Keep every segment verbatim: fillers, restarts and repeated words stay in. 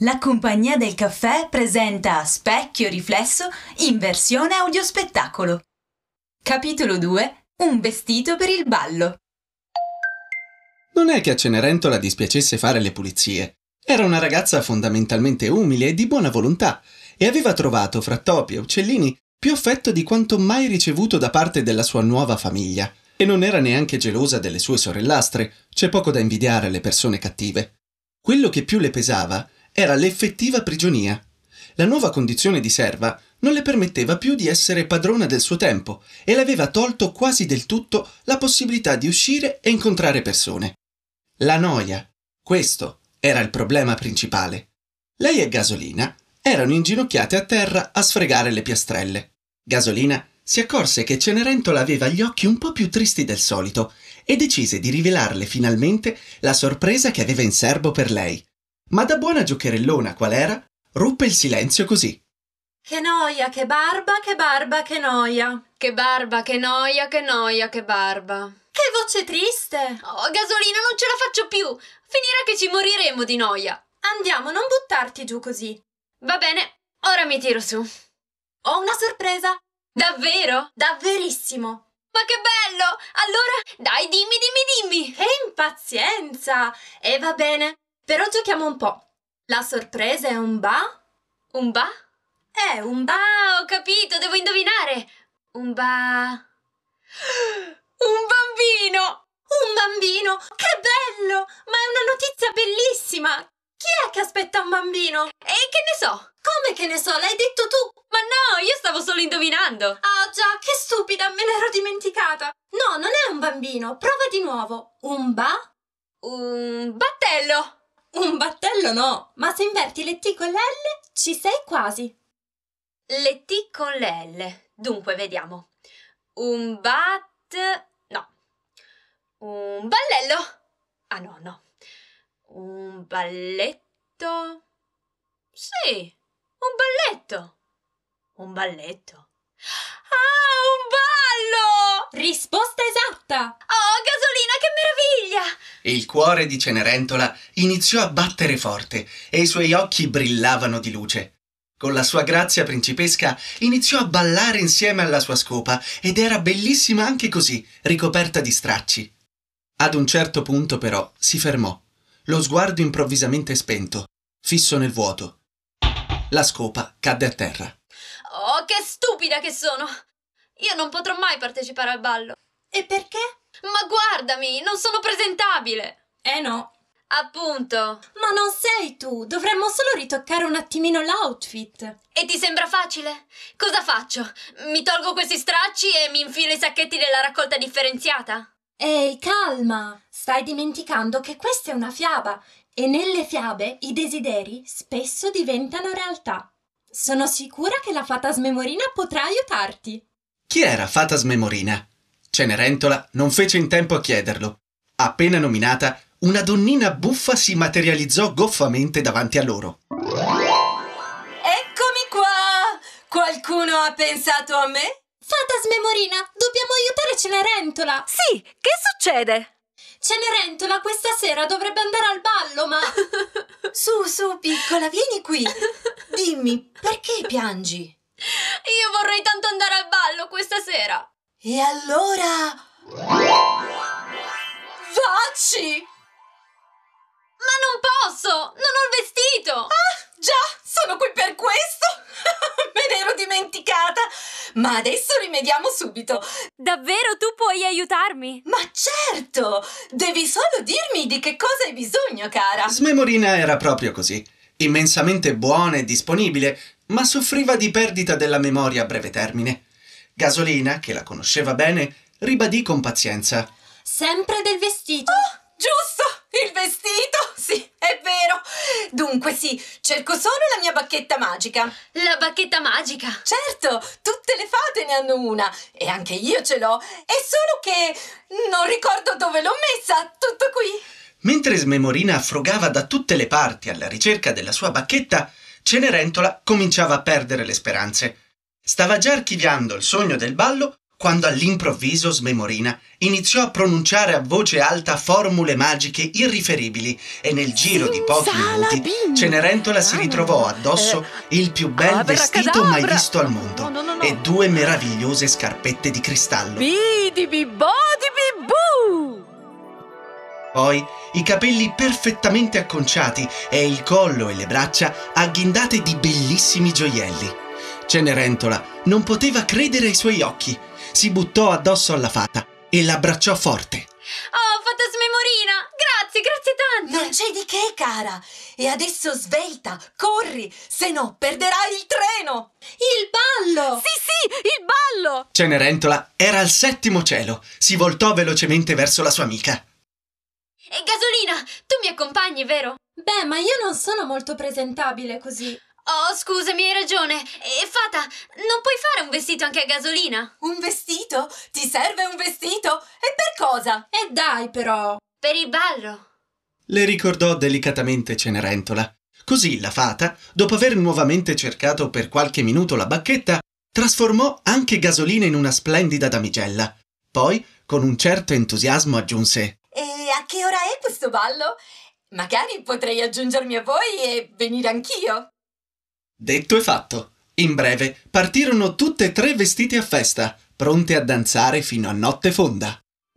La Compagnia del Caffè presenta Specchio Riflesso in versione audiospettacolo. Capitolo due. Un vestito per il ballo. Non è che a Cenerentola dispiacesse fare le pulizie. Era una ragazza fondamentalmente umile e di buona volontà e aveva trovato fra topi e uccellini più affetto di quanto mai ricevuto da parte della sua nuova famiglia. E non era neanche gelosa delle sue sorellastre, c'è poco da invidiare alle persone cattive. Quello che più le pesava era l'effettiva prigionia. La nuova condizione di serva non le permetteva più di essere padrona del suo tempo e le aveva tolto quasi del tutto la possibilità di uscire e incontrare persone. La noia, questo era il problema principale. Lei e Gasolina erano inginocchiate a terra a sfregare le piastrelle. Gasolina si accorse che Cenerentola aveva gli occhi un po' più tristi del solito e decise di rivelarle finalmente la sorpresa che aveva in serbo per lei. Ma da buona giocherellona qual era, ruppe il silenzio così. Che noia, che barba, che barba, che noia. Che barba, che noia, che noia, che barba. Che voce triste. Oh, Gasolina, non ce la faccio più. Finirà che ci moriremo di noia. Andiamo, non buttarti giù così. Va bene, ora mi tiro su. Ho una sorpresa. Davvero? Davverissimo. Ma che bello! Allora, dai, dimmi, dimmi, dimmi. Che impazienza. E va bene, però giochiamo un po'. La sorpresa è un ba? Un ba? È un ba... Ah, ho capito, devo indovinare. Un ba... Un bambino! Un bambino? Che bello! Ma è una notizia bellissima! Chi è che aspetta un bambino? E che ne so? Come che ne so? L'hai detto tu! Ma no, io stavo solo indovinando. Ah già, che stupida, me l'ero dimenticata. No, non è un bambino, prova di nuovo. Un ba? Un battello! Un battello no, ma se inverti le T con l'L ci sei quasi. Le T con le L. Dunque, vediamo. Un bat... no. Un ballello. Ah, no, no. Un balletto. Sì, un balletto. Un balletto. Ah, un ballo! Risposta esatta! Oh, Gasolina, che meraviglia! Il cuore di Cenerentola iniziò a battere forte e i suoi occhi brillavano di luce. Con la sua grazia principesca iniziò a ballare insieme alla sua scopa ed era bellissima anche così, ricoperta di stracci. Ad un certo punto però si fermò, lo sguardo improvvisamente spento, fisso nel vuoto. La scopa cadde a terra. Oh, che stupida che sono! Io non potrò mai partecipare al ballo. E perché? Ma guardami, non sono presentabile. Eh no. Appunto. Ma non sei tu, dovremmo solo ritoccare un attimino l'outfit. E ti sembra facile? Cosa faccio? Mi tolgo questi stracci e mi infilo i sacchetti della raccolta differenziata? Ehi, calma! Stai dimenticando che questa è una fiaba e nelle fiabe i desideri spesso diventano realtà. Sono sicura che la fata Smemorina potrà aiutarti. Chi era fata Smemorina? Cenerentola non fece in tempo a chiederlo. Appena nominata, una donnina buffa si materializzò goffamente davanti a loro. Eccomi qua! Qualcuno ha pensato a me? Fata Smemorina, dobbiamo aiutare Cenerentola! Sì, che succede? Cenerentola questa sera dovrebbe andare al ballo, ma... Su, su, piccola, vieni qui. Dimmi, perché piangi? Io vorrei tanto andare al ballo questa sera. E allora... Vacci! Ma non posso! Non ho il vestito! Ah, già, sono qui per questo! Me ne ero dimenticata! Ma adesso rimediamo subito! Davvero tu puoi aiutarmi? Ma certo! Devi solo dirmi di che cosa hai bisogno, cara! Smemorina era proprio così, immensamente buona e disponibile, ma soffriva di perdita della memoria a breve termine. Gasolina, che la conosceva bene, ribadì con pazienza. Sempre del vestito? Oh, giusto! Il vestito! Sì, è vero! Dunque sì, cerco solo la mia bacchetta magica. La bacchetta magica? Certo, tutte le fate ne hanno una e anche io ce l'ho. È solo che non ricordo dove l'ho messa, tutto qui. Mentre Smemorina frugava da tutte le parti alla ricerca della sua bacchetta, Cenerentola cominciava a perdere le speranze. Stava già archiviando il sogno del ballo quando all'improvviso Smemorina iniziò a pronunciare a voce alta formule magiche irriferibili e nel giro di pochi minuti Cenerentola si ritrovò addosso il più bel vestito mai visto al mondo e due meravigliose scarpette di cristallo. Poi i capelli perfettamente acconciati e il collo e le braccia agghindate di bellissimi gioielli. Cenerentola non poteva credere ai suoi occhi. Si buttò addosso alla fata e l'abbracciò forte. Oh, fata Smemorina! Grazie, grazie tante! Non c'è di che, cara! E adesso svelta, corri, se no perderai il treno! Il ballo! Sì, sì, il ballo! Cenerentola era al settimo cielo. Si voltò velocemente verso la sua amica. E Gasolina, tu mi accompagni, vero? Beh, ma io non sono molto presentabile così. Oh, scusami, hai ragione. E Fata, non puoi fare un vestito anche a Gasolina? Un vestito? Ti serve un vestito? E per cosa? E dai, però! Per il ballo. Le ricordò delicatamente Cenerentola. Così la fata, dopo aver nuovamente cercato per qualche minuto la bacchetta, trasformò anche Gasolina in una splendida damigella. Poi, con un certo entusiasmo, aggiunse: E a che ora è questo ballo? Magari potrei aggiungermi a voi e venire anch'io. Detto e fatto. In breve partirono tutte e tre vestite a festa, pronte a danzare fino a notte fonda.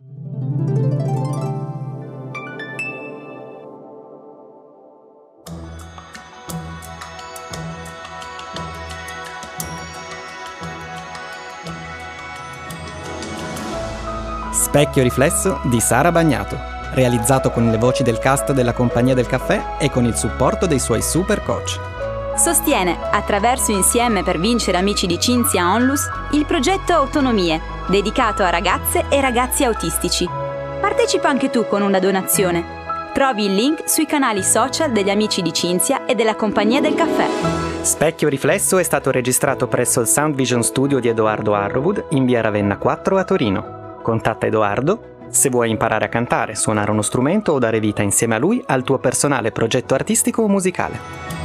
Specchio riflesso di Sara Bagnato, realizzato con le voci del cast della Compagnia del Caffè e con il supporto dei suoi super coach. Sostiene, attraverso Insieme per vincere Amici di Cinzia Onlus, il progetto Autonomie, dedicato a ragazze e ragazzi autistici. Partecipa anche tu con una donazione. Trovi il link sui canali social degli Amici di Cinzia e della Compagnia del Caffè. Specchio riflesso è stato registrato presso il Sound Vision Studio di Edoardo Arrowood in via Ravenna quattro a Torino. Contatta Edoardo se vuoi imparare a cantare, suonare uno strumento o dare vita insieme a lui al tuo personale progetto artistico o musicale.